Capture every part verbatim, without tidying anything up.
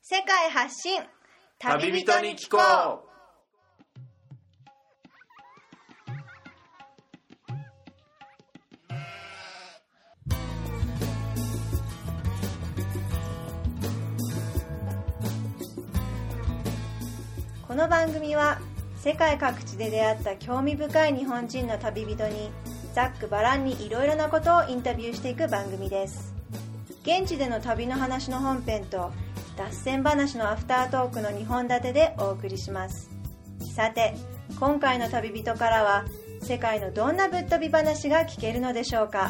世界発信旅人に聞こう。 この番組は世界各地で出会った興味深い日本人の旅人にざっくばらんにいろいろなことをインタビューしていく番組です。現地での旅の話の本編と脱線話のアフタートークのにほん立てでお送りします。さて、今回の旅人からは世界のどんなぶっ飛び話が聞けるのでしょうか。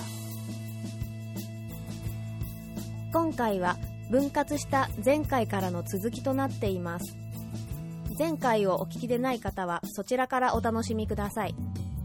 今回は分割した前回からの続きとなっています。前回をお聞きでない方はそちらからお楽しみください。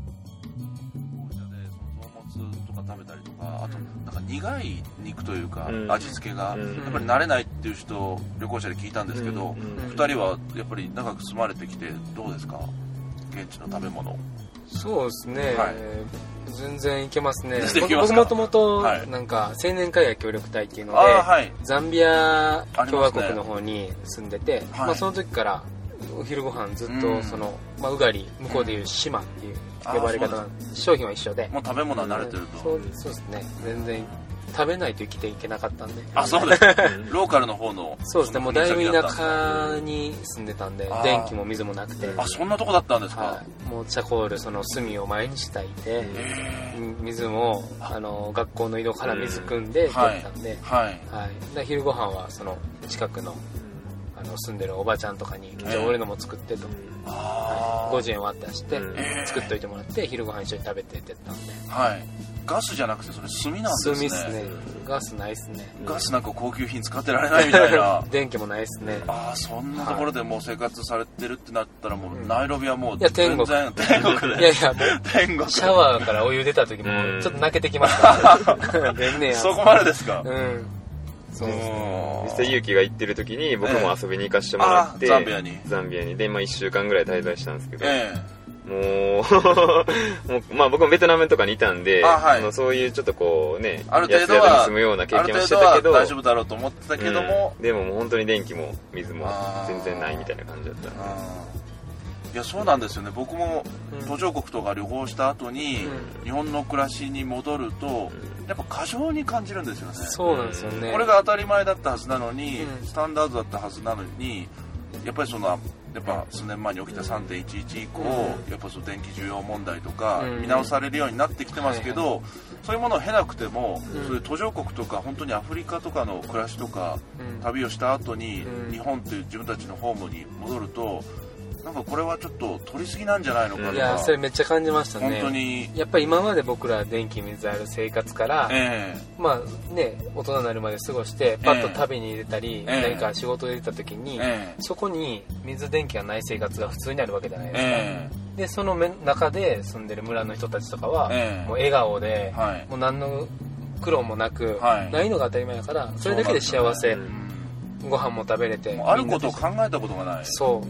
食べたりとか、あとなんか苦い肉というか、うん、味付けが、うん、やっぱり慣れないっていう人、旅行者で聞いたんですけど、うんうん、ふたりはやっぱり長く住まれてきてどうですか、現地の食べ物。 そうですね、はい、全然いけますね。 僕もともとなんか青年海外協力隊っていうので、はい、ザンビア共和国の方に住んでて、ね、はい、まあ、その時からお昼ご飯ずっとその、うん、まあ、ウガリ、向こうでいう島っていう呼ばれ方なんで、商品は一緒で、 もう食べ物は慣れてると、 そう、そうですね、全然食べないと生きていけなかったんで。 あ、そうですローカルの方の。 そうですね、もうだいぶ田舎に住んでたんで、電気も水もなくて。 あ、そんなとこだったんですか。 はい、もうチャコール、その炭を毎日炊いて、水もあの学校の井戸から水汲んで出たんで、はいはいはい、で昼ご飯はその近くのあの住んでるおばちゃんとかに、じゃあ俺のも作ってと、はい、ごじゅうえん渡して作っといてもらって昼ご飯一緒に食べてって言ったんで、 はい、ガスじゃなくてそれ炭なんですね。 炭っすね。ガスないっすね。 ガスなんか高級品使ってられないみたいな電気もないっすね。 ああ、そんなところでもう生活されてるってなったら、もうナイロビはもう全然、 いや天国天国で、 いやいや天国シャワーからお湯出た時もちょっと泣けてきましたねねそこまでですか。 うん、 そうですね。実際勇気が行ってる時に僕も遊びに行かせてもらって、 えー、ザンビアにザンビアにで、まあ、いっしゅうかんぐらい滞在したんですけど、 えー、もうもう、まあ、僕もベトナムとかにいたんで、はい、そういうちょっとこうね、 ある程度は安宿に住むような経験をしてたけど、 大丈夫だろうと思ってたけども、 うん、でももう本当に電気も水も全然ないみたいな感じだったんで。 いや、そうなんですよね。僕も途上国とか旅行した後に、うん、日本の暮らしに戻ると、うん、やっぱ過剰に感じるんですよね。 そうなんですよね。 これが当たり前だったはずなのに、うん、スタンダードだったはずなのに、やっぱりそのやっぱ数年前に起きた さんてんいちいち 以降、うん、やっぱその電気需要問題とか見直されるようになってきてますけど、うん、はいはい、そういうものを経なくても、うん、そういう途上国とか本当にアフリカとかの暮らしとか、うん、旅をした後に、うん、日本という自分たちのホームに戻ると、なんかこれはちょっと取りすぎなんじゃないのかとか。 いや、それめっちゃ感じましたね。 本当にやっぱり今まで僕ら電気水ある生活から、えー、まあね、大人になるまで過ごしてパッと食べに出たり、えー、何か仕事で出た時に、えー、そこに水電気がない生活が普通にあるわけじゃないですか、えー、でその中で住んでる村の人たちとかは、えー、もう笑顔で、はい、もう何の苦労もなく、はい、ないのが当たり前だから、それだけで幸せ、ね、ご飯も食べれて、 もうあることを考えたことがない。 そう、うん、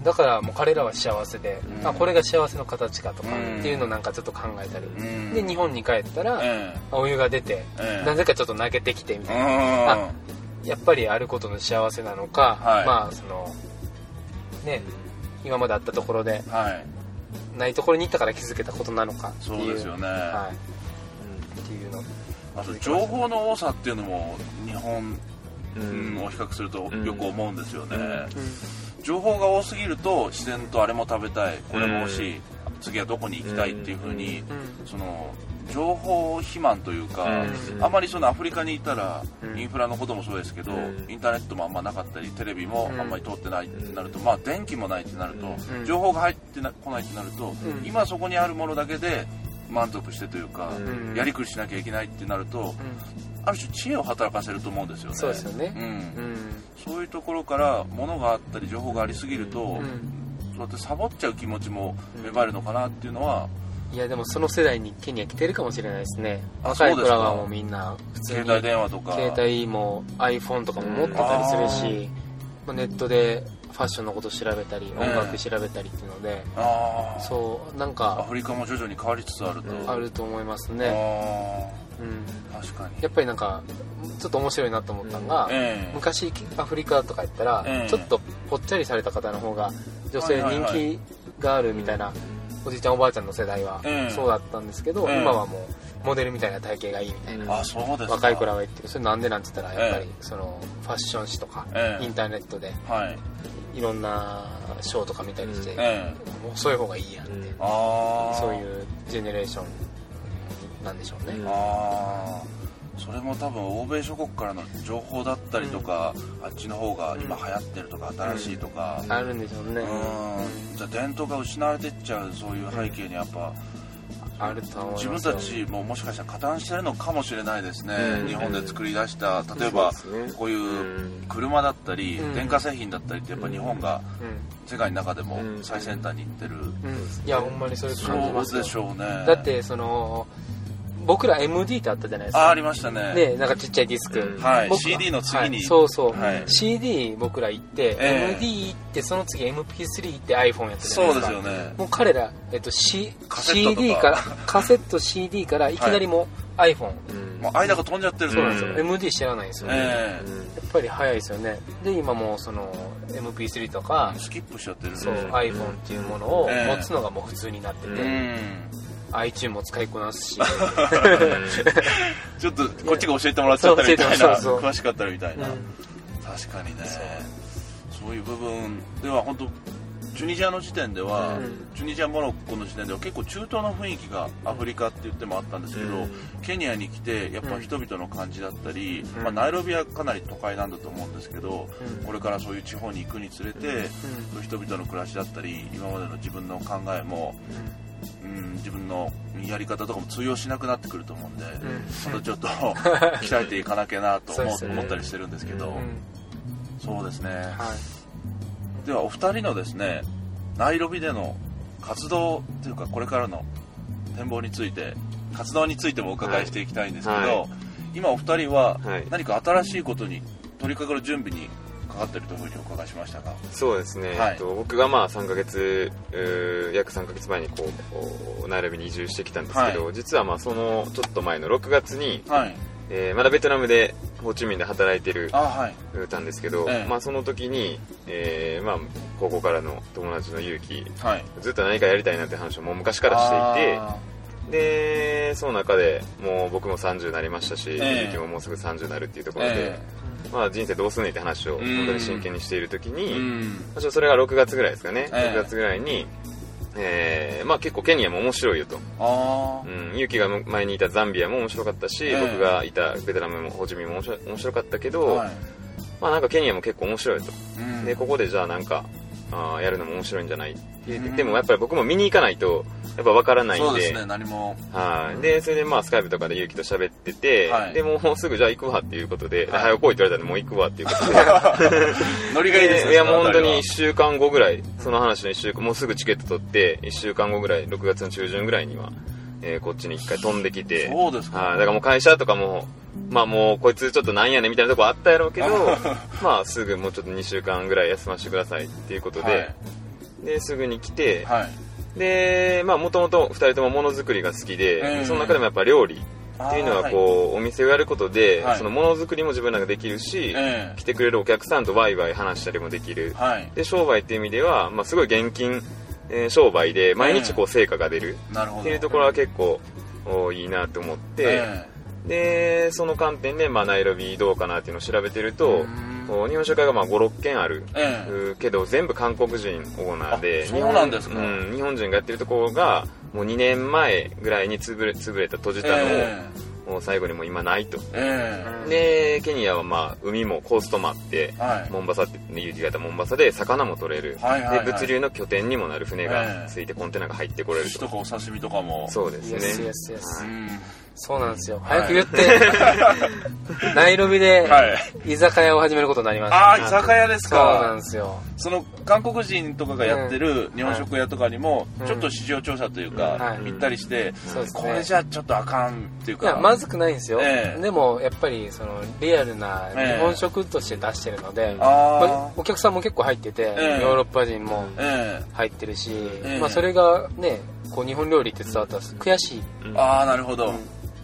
だからもう彼らは幸せで、うん、あ、これが幸せの形かとかっていうのをなんかちょっと考えたり、うん、で日本に帰ったら、うん、お湯が出て、うん、なぜかちょっと泣けてきてみたいな、うん、あ、やっぱりあることの幸せなのか、はい、まあそのね、今まであったところで、はい、ないところに行ったから気づけたことなのかっていう。 そうですよね、 はい、っていうの。 あと情報の多さっていうのも日本を比較するとよく思うんですよね、うんうんうん、情報が多すぎると自然とあれも食べたい、これも欲しい、うん、次はどこに行きたいっていう風に、うん、その情報肥満というか、うん、あまりそのアフリカにいたら、うん、インフラのこともそうですけど、うん、インターネットもあんまなかったりテレビもあんまり通ってないってなると、まあ電気もないってなると、うん、情報が入ってこないってなると、うん、今そこにあるものだけで満足してというか、うん、やりくりしなきゃいけないってなると、うん、ある種知恵を働かせると思うんですよね。 そうですよね、 うんうん、そういうところから物があったり情報がありすぎると、うん、そうやってサボっちゃう気持ちも芽生えるのかなっていうのは、 いやでもその世代にケニア来てるかもしれないですね。若い子らはもうみんな普通に携帯電話とか携帯も iPhone とかも持ってたりするし、まあ、ネットでファッションのこと調べたり、音楽調べたりっていうので、 あ、 そうなんかアフリカも徐々に変わりつつあると、 あると思いますね。 うん、 確かにやっぱりなんかちょっと面白いなと思ったのが、うんえー、昔アフリカとか行ったら、えー、ちょっとぽっちゃりされた方の方が女性人気があるみたいな、おじいちゃんおばあちゃんの世代はそうだったんですけど、えー、今はもうモデルみたいな体型がいいみたいな、 あ、そうですか。 若い子らが言ってる。それなんでなんて言ったらやっぱりそのファッション誌とか、えー、インターネットでいろんなショーとか見たりして、えー、もうそういう方がいいやんって、うん、そういうジェネレーションなんでしょうね。 あ、それも多分欧米諸国からの情報だったりとか、うん、あっちの方が今流行ってるとか、うん、新しいとか、 うん、あるんでしょうね。 うん、じゃあ伝統が失われていっちゃう、そういう背景にやっぱ、 うん、あると思います。 自分たちももしかしたら加担してるのかもしれないですね、うん、日本で作り出した例えば、ね、こういう車だったり、うん、電化製品だったりってやっぱ日本が世界の中でも最先端に行ってる、うんうん、 いやほんまにそれ感じますよ。 そうでしょうね。 だってその僕ら エムディー ってあったじゃないですか。 あ, ありましたね。 でなんかちっちゃいディスク、 うん、はい、シーディー の次に、はい、 そうそう、はい、シーディー 僕ら行って、えー、エムディー 行ってその次 エムピースリー って iPhone やったじゃないですか。 そうですよね。 もう彼ら、えっと、C、シーディー からカセット シーディー からいきなりもう iPhone、はい、 うん、もう間が飛んじゃってる。 そうなんですよ、うん、エムディー 知らないんですよね、えー、やっぱり早いですよね。で今もうその エムピースリー とかスキップしちゃってる、 そう、うん、iPhone っていうものを持つのがもう普通になってて、うん、iTunes も使いこなすしちょっとこっちが教えてもらっちゃったみたいな、詳しかったみたいな、うん、確かにね。そういう部分では本当チュニジアの時点では、うん、チュニジアモロッコの時点では結構中東の雰囲気がアフリカって言ってもあったんですけど、うん、ケニアに来てやっぱ人々の感じだったり、うん、まあ、ナイロビはかなり都会なんだと思うんですけど、うん、これからそういう地方に行くにつれて、うん、そういう人々の暮らしだったり今までの自分の考えも、うん、自分のやり方とかも通用しなくなってくると思うんで、うん、またちょっと鍛えていかなきゃなと 思, う、ね、思ったりしてるんですけど、うん、そうですね、はい、ではお二人のですねナイロビでの活動というかこれからの展望について、活動についてもお伺いしていきたいんですけど、はいはい、今お二人は何か新しいことに取り掛かる準備にかかっているというふうにお伺いしましたが。 そうですね、はい、えっと、僕がまあさんかげつ約さんかげつまえにこうナイロビに移住してきたんですけど、はい、実はまあそのちょっと前のろくがつに、はい、えー、まだベトナムでホーチミンで働いてるたんですけど、はい、まあ、その時に、えーまあ、高校からの友達の勇気、はい、ずっと何かやりたいなって話をもう昔からしていて、でその中でもう僕もさんじゅうになりましたし、えー、勇気ももうすぐさんじゅうになるっていうところで、えーまあ、人生どうすんねんって話を本当に真剣にしている時に、うん、それがろくがつぐらいですかね、えー、ろくがつぐらいにえーまあ、結構ケニアも面白いよと。あ、うん、ユキが前にいたザンビアも面白かったし、えー、僕がいたベトナムもホーチミンも面白面白かったけど、はい、まあ、なんかケニアも結構面白いと、うん、でここでじゃあなんかあやるのも面白いんじゃないって言って、うん、でもやっぱり僕も見に行かないとやっぱ分からないんで、 そうですね、何も、 はい、でそれでまあスカイプとかでユキと喋ってて、はい、でもうすぐじゃあ行くわっていうことで、はい、早く来いって言われたんでもう行くわっていうことでノリがいいですね。 いやもう本当にいっしゅうかんごぐらい、その話のいっしゅうかんもうすぐチケット取っていっしゅうかんごぐらいろくがつの中旬ぐらいには、えー、こっちに一回飛んできて、 そうですか、 はい、だからもう会社とかもまあもうこいつちょっとなんやねんみたいなとこあったやろうけどまあすぐもうちょっとにしゅうかんぐらい休ませてくださいっていうことで、はい、ですぐに来て、はい、でまあもともとふたりともものづくりが好きで、えー、その中でもやっぱ料理っていうのはこう、はい、お店をやることで、はい、そのものづくりも自分らができるし、えー、来てくれるお客さんとワイワイ話したりもできる、はい、で商売っていう意味では、まあ、すごい現金、えー、商売で毎日こう成果が出るっていうところは結構、うん、いいなと思って、えー、でその観点で、まあ、ナイロビどうかなっていうのを調べてると、日本酒会がまあごろっけんある、ええ、けど全部韓国人オーナーで、 そうなんですか、 うん、日本人がやってるところがもうにねんまえぐらいに潰れ、潰れた閉じたのを、ええ、もう最後にもう今ないと、ええ、でケニアはまあ海もコーストもあって、はい、モンバサってユージがいたモンバサで魚も取れる、はいはいはい、で物流の拠点にもなる船がついてコンテナが入ってこれると、 寿司とかお刺身とかも、 そうですね、 yes, yes, yes. はい、そうなんですよ、早く言って、はい、ナイロビで居酒屋を始めることになりました。 ああ、居酒屋ですか。 そうなんですよ。 その韓国人とかがやってる日本食屋とかにもちょっと市場調査というか、うん、行ったりして、うん、これじゃちょっとあかんっていうか、 いやまずくないんですよ、えー、でもやっぱりそのリアルな日本食として出してるので、えーまあ、お客さんも結構入ってて、えー、ヨーロッパ人も入ってるし、えーまあ、それがねこう日本料理って伝わったら悔しい、 うん、ああなるほど、うんいやう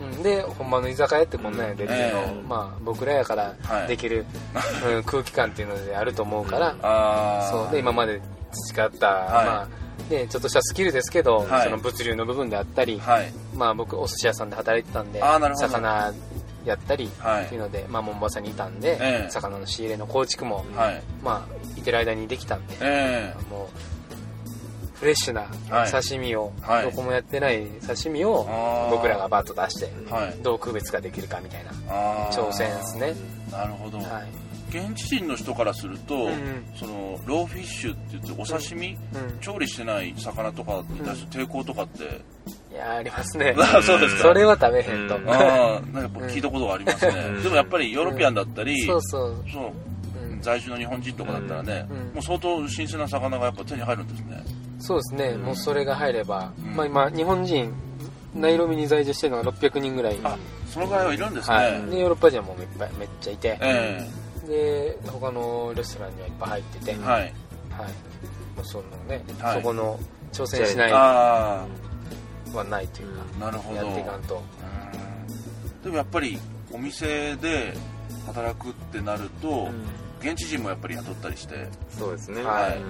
うん、で本場の居酒屋ってこんなんやでっていうのを、えーまあ、僕らやからできる、はいうん、空気感っていうのであると思うから、うん、あそうで今まで培った、はいまあでちょっとしたスキルですけど、はい、その物流の部分であったり、はいまあ、僕お寿司屋さんで働いてたんで魚やったりっていうので、はいまあ、モンバサにいたんで、えー、魚の仕入れの構築も、はいまあ、いてる間にできたんで、えー、もうフレッシュな刺身を、はい、どこもやってない刺身を僕らがバッと出して、はい、どう区別ができるかみたいな挑戦ですね。 なるほど、はい現地人の人からすると、うんうん、そのローフィッシュって言ってお刺身、うんうん、調理してない魚とかに対して抵抗とかって、うん、 いやありますねそうですかそれは食べへんと、うん、 ああやっぱ聞いたことがありますね、うん、でもやっぱりヨーロピアンだったり、うん、そうそうそう、うん、在住の日本人とかだったらね、うん、もう相当新鮮な魚がやっぱ手に入るんですね。 そうですね、うん、もうそれが入れば、うんまあ、今日本人ナイロビに在住してるのがろっぴゃくにんぐらい、あそのぐらいはいるんですね、 はい、でヨーロッパ人もいっぱいめっちゃいて、えーで他のレストランにはいっぱい入ってて、はいはい、もうそのね、はい、そこの挑戦しないはないというか、 なるほどやっていかんと。 でもやっぱりお店で働くってなると、うん、現地人もやっぱり雇ったりして、 そうですね、 はい、うん、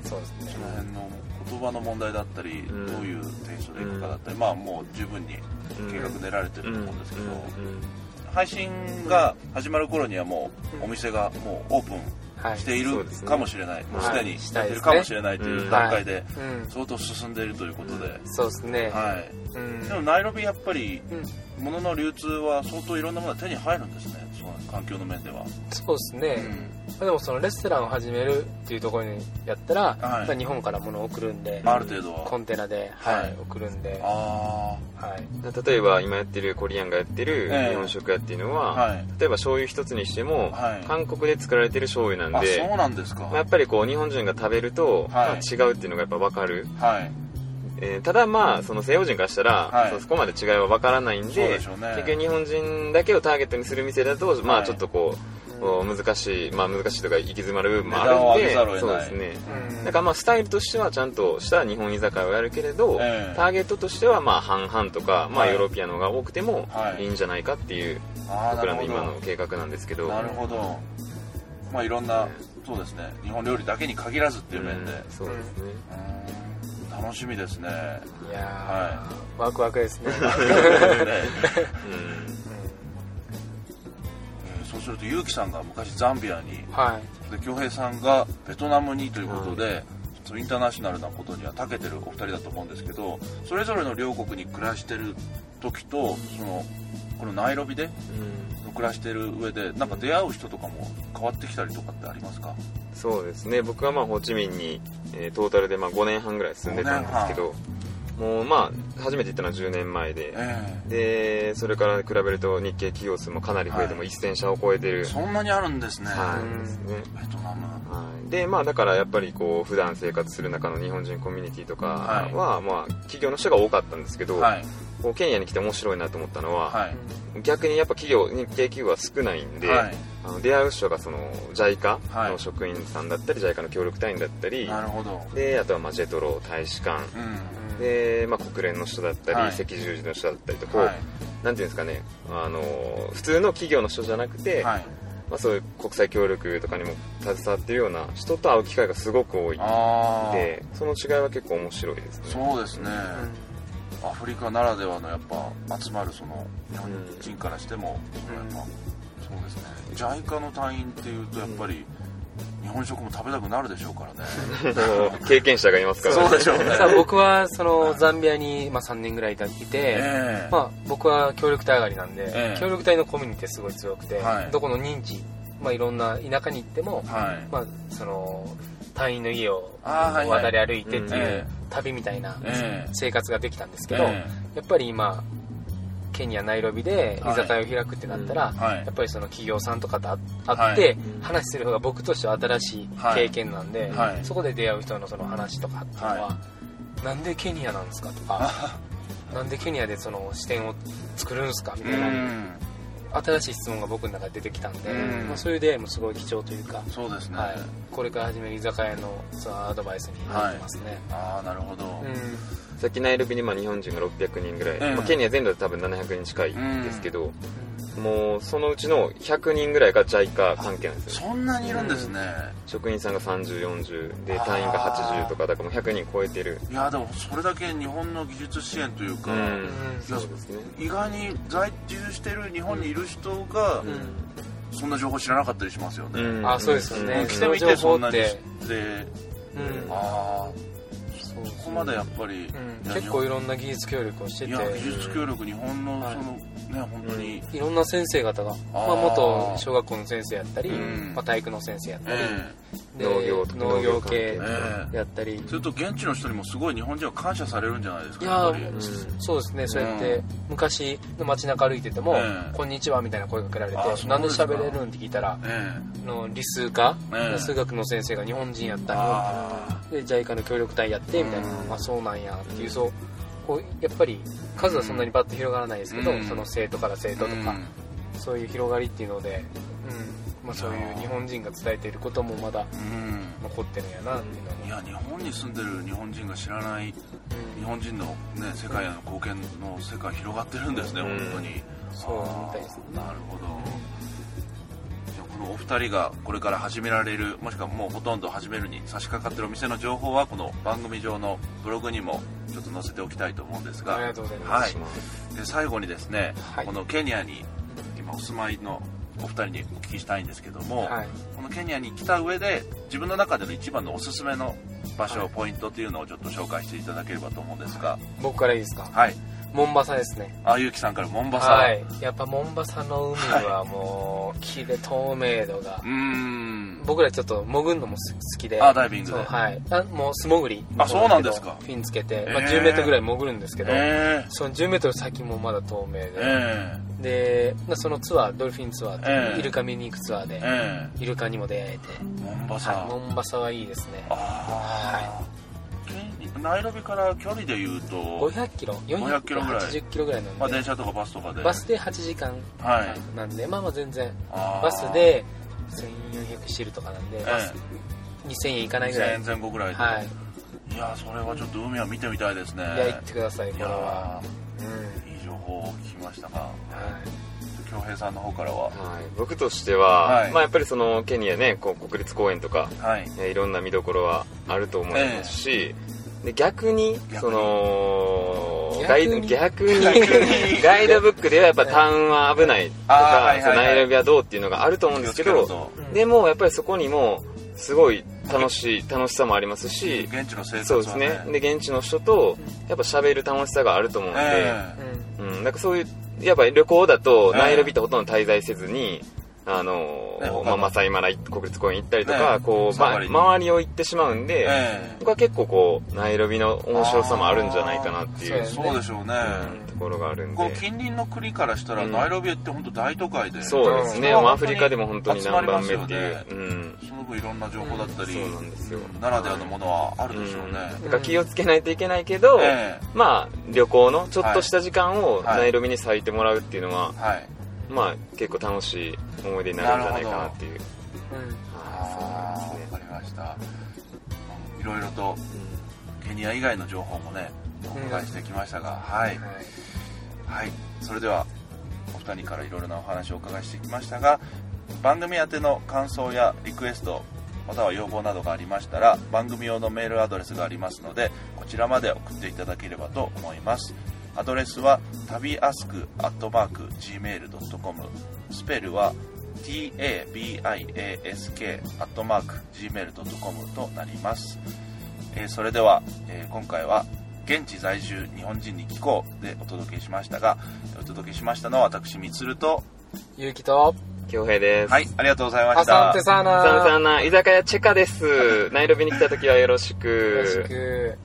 そうですね。その辺の言葉の問題だったり、うん、どういうテイストでいくかだったり、うん、まあもう十分に計画練られてると思うんですけど。うんうんうんうん配信が始まる頃にはもうお店がもうオープンしているかもしれない、もうすでにやってるかもしれないという段階で相当進んでいるということで、 そうですね、 はい、でもナイロビやっぱり物の流通は相当いろんなものが手に入るんですね、その環境の面では。 そうですね、うん、でもそのレストランを始めるっていうところにやったら、はい、日本から物を送るんで、 ある程度はコンテナで、はいはい、送るんで、あはい、例えば今やってるコリアンがやってる日本食屋っていうのは、えーはい、例えば醤油一つにしても、はい、韓国で作られてる醤油なんで、 あそうなんですか。 やっぱりこう日本人が食べると、はいまあ、違うっていうのがやっぱ分かる、はいえー、ただまあその西洋人からしたら、はい、そこまで違いは分からないんで、そうでしょうね、結局日本人だけをターゲットにする店だと、まあちょっとこう、はい、難しい、まあ難しいとか行き詰まる部分もあるんで、そうですね、うん、だからまあスタイルとしてはちゃんとした日本居酒屋をやるけれど、えー、ターゲットとしてはまあ半々とか、まあヨーロピアのが多くてもいいんじゃないかっていう、はい、僕らの今の計画なんですけど。 なるほど。まあいろんな、そうですね、日本料理だけに限らずっていう面で、うん、 そうですね、 うん、楽しみですね。 いやー、はい、ワクワクですね。 そうすると、ゆうきさんが昔ザンビアに、はい、で恭平さんがベトナムにということで、はい、そのインターナショナルなことには長けてるお二人だと思うんですけど、それぞれの両国に暮らしてる時と、そのこのナイロビで、うん、暮らしてる上でなんか出会う人とかも変わってきたりとかってありますか？ そうですね、僕はまあホーチミンに、えー、トータルでまあごねんはんぐらい住んでたんですけど、もうまあ初めて行ったのはじゅうねんまえで、えー、でそれから比べると日系企業数もかなり増えてもせんしゃを超えてる、はい、 そんなにあるんですね。 はいですね、 ベトナム、 はい、でまあだからやっぱりこう普段生活する中の日本人コミュニティとかは、はい、まあ企業の人が多かったんですけど、はい、こうケニアに来て面白いなと思ったのは、はい、逆にやっぱ企業日系企業は少ないんで、はい、あの出会う人がその ジャイカ の職員さんだったり、はい、ジャイカ の協力隊員だったり、 なるほど、 であとはまあジェトロ大使館、うん、で、まあ、国連の人だったり、はい、赤十字の人だったりとか、はい、なんていうんですかね、あの普通の企業の人じゃなくて、はい、まあ、そういう国際協力とかにも携わっているような人と会う機会がすごく多いので、その違いは結構面白いですね。 そうですね、うん、アフリカならではのやっぱ集まるその日本人からしても、うん、やっぱそうですね、ジャイカ の隊員っていうとやっぱり、うん、日本食も食べたくなるでしょうからね。 経験者がいますから、 ね、そうでしょうね。 さあ僕はそのザンビアにまあさんねんぐらいいて、えーまあ、僕は協力隊上がりなんで、えー、協力隊のコミュニティすごい強くて、はい、どこの認知、まあ、いろんな田舎に行っても、はい、まあ、その隊員の家を渡り歩いてっていう旅みたいな生活ができたんですけど、えー、やっぱり今ケニアナイロビで居酒屋を開くってなったら、はい、やっぱりその企業さんとかと会って話する方が僕としては新しい経験なんで、はい、そこで出会う人のその話とかっていうのは、はい、なんでケニアなんですかとかなんでケニアでその支店を作るんですかみたいな新しい質問が僕の中で出てきたんで、うんまあ、そういう出会いもすごい貴重というか、 そうですね、 はい、これから始める居酒屋のそのアドバイスになってますね、 はい、ああなるほど、 うん、さっきナイロビにまあ日本人がろっぴゃくにんぐらい、うんまあ、ケニア全土で多分ななひゃくにん近いんですけど、うん、もうそのうちのひゃくにんぐらいがジャイカ関係なんですよ。 そんなにいるんですね、うん、 職員さんがさんじゅう、よんじゅうで隊員がはちじゅうとかだからもうひゃくにん超えてる。 いやでもそれだけ日本の技術支援というか、うん、そうですね、意外に在住してる日本にいる人が、うん、そんな情報知らなかったりしますよね、 うん、あそうですよね、 うん、来てみてそんなに知って、うん、ああそこまでやっぱり、 うん、結構いろんな技術協力をしてて、いや技術協力日本のその、はい、ね本当に、 うん、いろんな先生方がまあ、元小学校の先生やったり、うんまあ、体育の先生やったり、 えー、 で農業農業系やったり、えー、 それと現地の人にもすごい日本人は感謝されるんじゃないですか。 いや、やっぱり、うん、そうですね。そうやって、うん、昔の街中歩いてても、えー、こんにちはみたいな声かけられて、なんで喋れるんって聞いたら、えー、の理数科、えー、数学の先生が日本人やったので、ジャイカの協力隊やってみたいな、うん、あそうなんやっていう、そうこうやっぱり数はそんなにバッと広がらないですけど、うん、その生徒から生徒とか、うん、そういう広がりっていうので、うんまあ、そういう日本人が伝えていることもまだ残ってるんやなっていうのも、 いや日本に住んでる日本人が知らない、うん、日本人の、ね、世界への貢献の世界広がってるんですね、うん、本当にそうみたいですね。 なるほど。じゃあこのお二人がこれから始められる、もしくはもうほとんど始めるに差し掛かってるお店の情報はこの番組上のブログにもちょっと載せておきたいと思うんですが、 ありがとうございます、 はい、で最後にですね、はい、このケニアに今お住まいのお二人にお聞きしたいんですけども、はい、このケニアに来た上で自分の中での一番のおすすめの場所、はい、ポイントというのをちょっと紹介していただければと思うんですが、 僕からいいですか。 はい、 モンバサですね。 あゆうきさんからモンバサ、 はい、やっぱモンバサの海はもうきれい、透明度が、うーん僕らちょっと潜るのも好きで、 あダイビングで、 はい、あもう素潜り、 あそうなんですか。 フィンつけて、まあ、じゅうメートルぐらい潜るんですけど、えー、そのじゅうメートル先もまだ透明で、えー、でそのツアードルフィンツアーって、えー、イルカ見に行くツアーで、えー、イルカにも出会えて、 モンバサ、 はい、モンバサはいいですね。あ、 はい、ナイロビから距離でいうとごひゃっキロ、よんひゃっキロぐらい、はちじゅっキロぐらいなんで、 まあ、電車とかバスとかでバスではちじかんなんで、はい、まあまあ全然バスでせんよんひゃくシルとかなんで、ええ、バスにせんえんいかないぐらい、 にせんえんぜん後ぐらいで、 はい、 いやそれはちょっと海は見てみたいですね。 いや行ってください。これは、 うん、いい情報を聞きましたが、はい、京平さんの方からは、はい、 僕としては、はい、まあ、やっぱりそのケニアねこう国立公園とか、はい、いろんな見どころはあると思いますし、えー、で逆にそのガイド逆にガイドブックではやっぱタウンは危ないとか、ナイロビはどうっていうのがあると思うんですけど、でもやっぱりそこにもすごい楽しい楽しさもありますし、 現地の生活はね、 そうですね。で現地の人とやっぱ喋る楽しさがあると思うので、えー、うん、なんかそういうやっぱり旅行だとナイロビってほとんど滞在せずに、あのーね、まあ、マサイマラ国立公園行ったりとか、ね、こう、ま、周りを行ってしまうんで、えー、僕は結構こうナイロビの面白さもあるんじゃないかなっていう、 そうでしょうね、 うん、ところがあるんで、 こう近隣の国からしたら、うん、ナイロビって本当大都会で、 そうですね、アフリカでも本当に何番目っていう、うん、 その分いろんな情報だったり、 うん、そうなんですよ、 ならではのものはあるでしょうね、 うん、だから気をつけないといけないけど、えー、まあ旅行のちょっとした時間をナイロビに割いてもらうっていうのは、はいはい、まあ結構楽しい思い出になるんじゃないかなっていう。 ああ、わかりました。いろいろとケニア以外の情報もねお伺いしてきましたが、うん、はい、はい、はい、それではお二人からいろいろなお話をお伺いしてきましたが、番組宛ての感想やリクエストまたは要望などがありましたら番組用のメールアドレスがありますのでこちらまで送っていただければと思います。アドレスはタビアスクアットマーク ジーメールドットコム、 スペルは タビアスク アットマーク ジーメールドットコム となります。えー、それでは、えー、今回は現地在住日本人に聞こうでお届けしましたが、お届けしましたのは私みつるとゆうきと京平です。 はい、ありがとうございました。 アサンテサーナアサンテサーナ居酒屋チェカです。ナイロビに来た時はよろしくよろしく。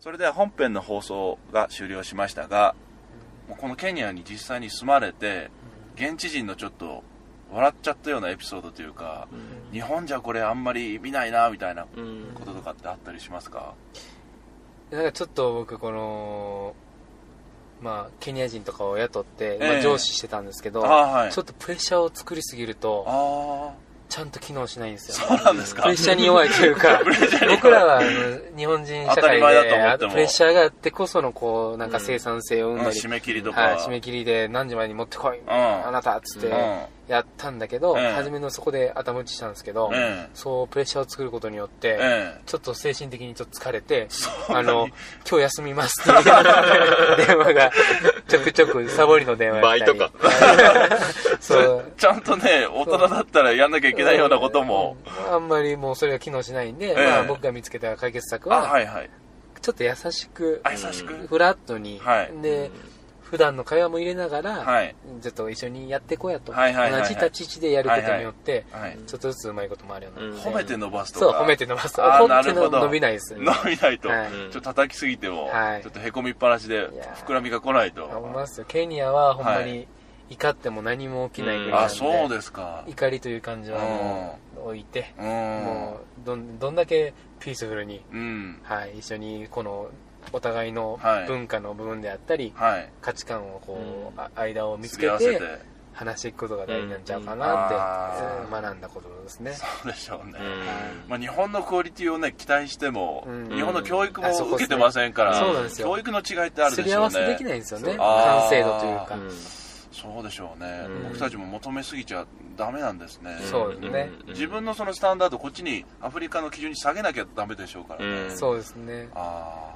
それでは本編の放送が終了しましたが、もうこのケニアに実際に住まれて現地人のちょっと笑っちゃったようなエピソードというか、うん、日本じゃこれあんまり見ないなみたいなこととかってあったりしますか？ なんかちょっと僕このまあケニア人とかを雇って、えーまあ、上司してたんですけど、はい、ちょっとプレッシャーを作りすぎるとあちゃんと機能しないんですよ。 そうなんですか。 プレッシャーに弱いというか僕らはあの日本人社会でプレッシャーがあってこそのこうなんか生産性を生んだり、 うん、締め切りとか、 はい、締め切りで何時までに持ってこい、うん、あなたっつってやったんだけど、うん、初めのそこで頭打ちしたんですけど、うん、そうプレッシャーを作ることによって、うん、ちょっと精神的にちょっと疲れて、うん、あの今日休みますっていう電話がちょくちょくサボりの電話バイトかそうちゃんとね大人だったらやんなきゃいけないようなこともあんまりもうそれが機能しないんで、えーまあ、僕が見つけた解決策は、 はいはい、 ちょっと優しく優しくフラットに、はい、で普段の会話も入れながら、はい、ちょっと一緒にやってこうやと、はいはいはいはい、同じ立ち位置でやることによって、はいはい、ちょっとずつうまいこともあるようになって、 うん、褒めて伸ばすとかそう褒めて伸ばすとかなるほど伸びないですよね。 伸びないと、はい、ちょっと叩きすぎても、はい、ちょっとへこみっぱなしで膨らみが来ないと思いますよ。ケニアはほんまに、はい怒っても何も起きないぐらいなんで、うん、あそうですか。 怒りという感情はもう置いて、うん、もう ど, どんだけピースフルに、うんはい、一緒にこのお互いの文化の部分であったり、はい、価値観をこう、うん、間を見つけて話していくことが大事なんちゃうかなって、うん、学んだことですね。 そうでしょうね、うんまあ、日本のクオリティを、ね、期待しても、うん、日本の教育も受けてませんから、 そうなんですよ。 教育の違いってあるでしょうね。 すり合わせできないんですよね。完成度というか、 うんそうでしょうね、うん、僕たちも求めすぎちゃダメなんですね。 そうですね、 うん、自分のそのスタンダードこっちにアフリカの基準に下げなきゃダメでしょうからね、 うん、そうですね。 あ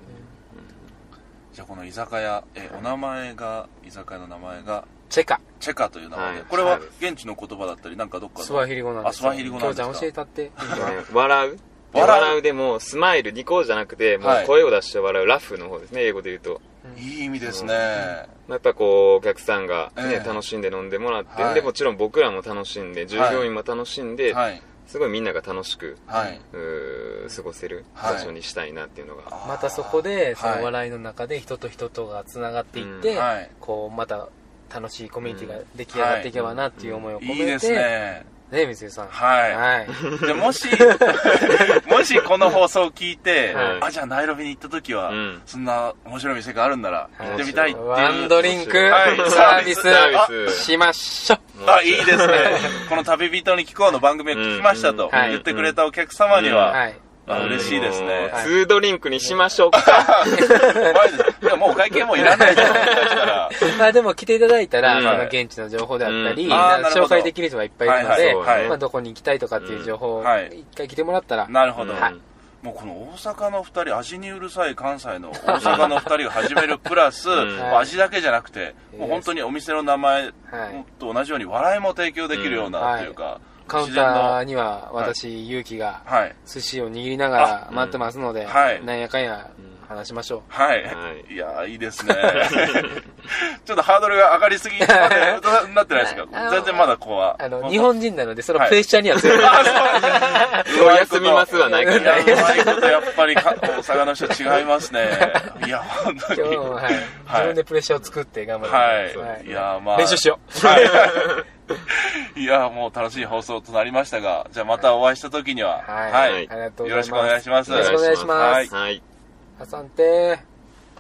じゃあこの居酒屋えお名前が居酒屋の名前がチェカチェカという名前で、はい、これは現地の言葉だったりなんかどっかのスワヒリ語なんです。 あスワヒリ語なんですか。 今日じゃ教えたって笑う笑うでもスマイルニコじゃなくてもう声を出して笑うラフの方ですね、英語で言うと。 いい意味ですね、 うん、やっぱこうお客さんが、ねえー、楽しんで飲んでもらって、はい、でもちろん僕らも楽しんで従業員も楽しんで、はい、すごいみんなが楽しく、はい、う過ごせる場所にしたいなっていうのが、 はい、またそこでその笑いの中で人と人とがつながっていって、はい、こうまた楽しいコミュニティが出来上がっていけばなっていう思いを込めて、うん、いいですねね、みつゆさん。 はい。はい、でもし、もしこの放送を聞いて、はい、あ、じゃあナイロビに行った時は、うん、そんな面白い店があるんなら、行ってみたいっていう。 ワンドリンク、はい、サービスしましょう。 あ、いいですね。この旅人に聞こうの番組を聞きましたと言ってくれたお客様には、はいあ嬉しいですね。 ツードリンクにしましょうか。 いやもうお会計もいらないと思いましたら。 まあでも来ていただいたら、うん、その現地の情報であったり、うん、紹介できる人がいっぱいいるので、はいはいまあ、どこに行きたいとかっていう情報を一回来てもらったら。 なるほど。はいもうこの大阪のふたり味にうるさい関西の大阪のふたりが始めるプラス、うん、味だけじゃなくて、もう本当にお店の名前と同じように笑いも提供できるようなというか、うんはいカウンターには私、勇気が寿司を握りながら待ってますので、なんやかんや話しましょう。 はい。いやいいですね。ちょっとハードルが上がりすぎまでなってないですか。全然まだここは。 あの日本人なのでそのプレッシャーには強い。 休みますはないから。 うまいことやっぱり大阪の人違いますね。いや本当に。今日もはい自分でプレッシャーを作って頑張ります。 いやまあ練習しよう。はい。 いやもう楽しい放送となりましたが、じゃあまたお会いした時には、 はい、はい、ありがとうございます。 よろしくお願いします。 よろしくお願いします。 はい。 アサンテー。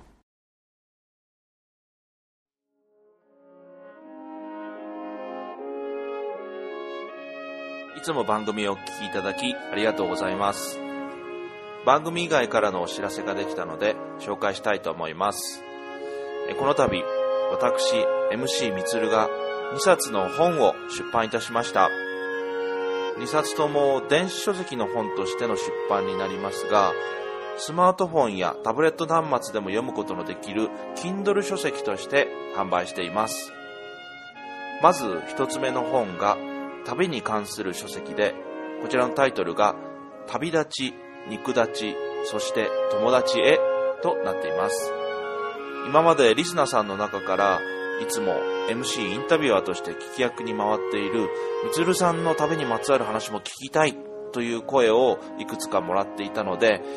いつも番組をお聞きいただきありがとうございます。番組以外からのお知らせができたので紹介したいと思います。この度、私 エムシー みつるがにさつの本を出版いたしました。にさつとも電子書籍の本としての出版になりますが、スマートフォンやタブレット端末でも読むことのできる Kindle 書籍として販売しています。まず一つ目の本が旅に関する書籍で、こちらのタイトルが旅立ち、肉立ち、そして友達へとなっています。今までリスナーさんの中からいつも エムシー インタビュアーとして聞き役に回っているみつるさんの旅にまつわる話も聞きたいという声をいくつかもらっていたので、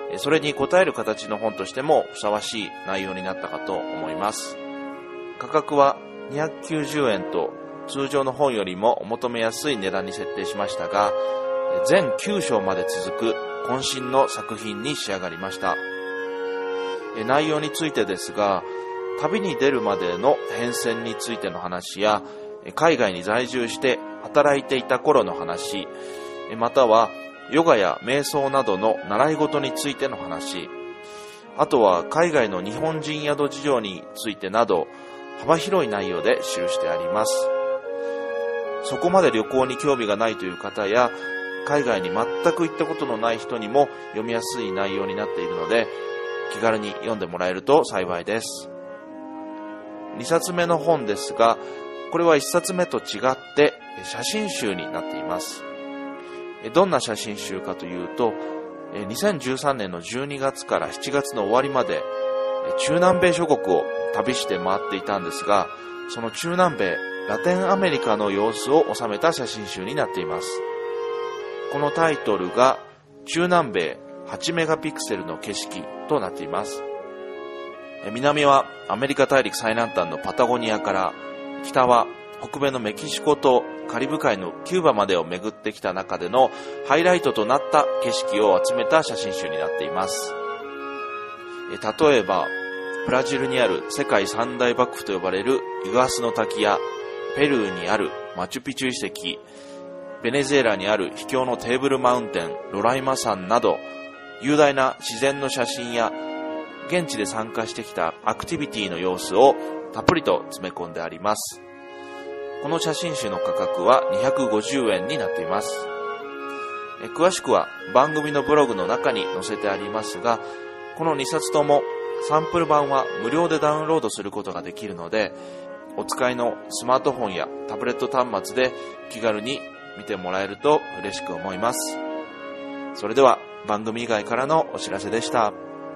それに応える形の本としてもふさわしい内容になったかと思います。価格はにひゃくきゅうじゅうえんと通常の本よりもお求めやすい値段に設定しましたが、全きゅう章まで続く渾身の作品に仕上がりました。内容についてですが、旅に出るまでの変遷についての話や、海外に在住して働いていた頃の話、またはヨガや瞑想などの習い事についての話、あとは海外の日本人宿事情についてなど、幅広い内容で記してあります。そこまで旅行に興味がないという方や、海外に全く行ったことのない人にも読みやすい内容になっているので、気軽に読んでもらえると幸いです。にさつめの本ですが、これはいっさつめと違って写真集になっています。どんな写真集かというと、にせんじゅうさんねんのじゅうにがつからしちがつの終わりまで中南米諸国を旅して回っていたんですが、その中南米、ラテンアメリカの様子を収めた写真集になっています。このタイトルが中南米はちメガピクセルの景色となっています。南はアメリカ大陸最南端のパタゴニアから、北は北米のメキシコとカリブ海のキューバまでを巡ってきた中でのハイライトとなった景色を集めた写真集になっています。例えば、ブラジルにある世界三大瀑布と呼ばれるイグアスの滝や、ペルーにあるマチュピチュ遺跡、ベネズエラにある秘境のテーブルマウンテン、ロライマ山など、雄大な自然の写真や、現地で参加してきたアクティビティの様子をたっぷりと詰め込んであります。この写真集の価格はにひゃくごじゅうえんになっています。え詳しくは番組のブログの中に載せてありますが、このにさつともサンプル版は無料でダウンロードすることができるので、お使いのスマートフォンやタブレット端末で気軽に見てもらえると嬉しく思います。それでは番組以外からのお知らせでした。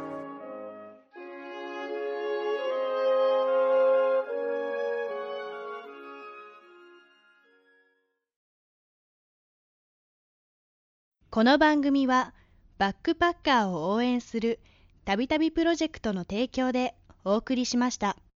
この番組はバックパッカーを応援するたびたびプロジェクトの提供でお送りしました。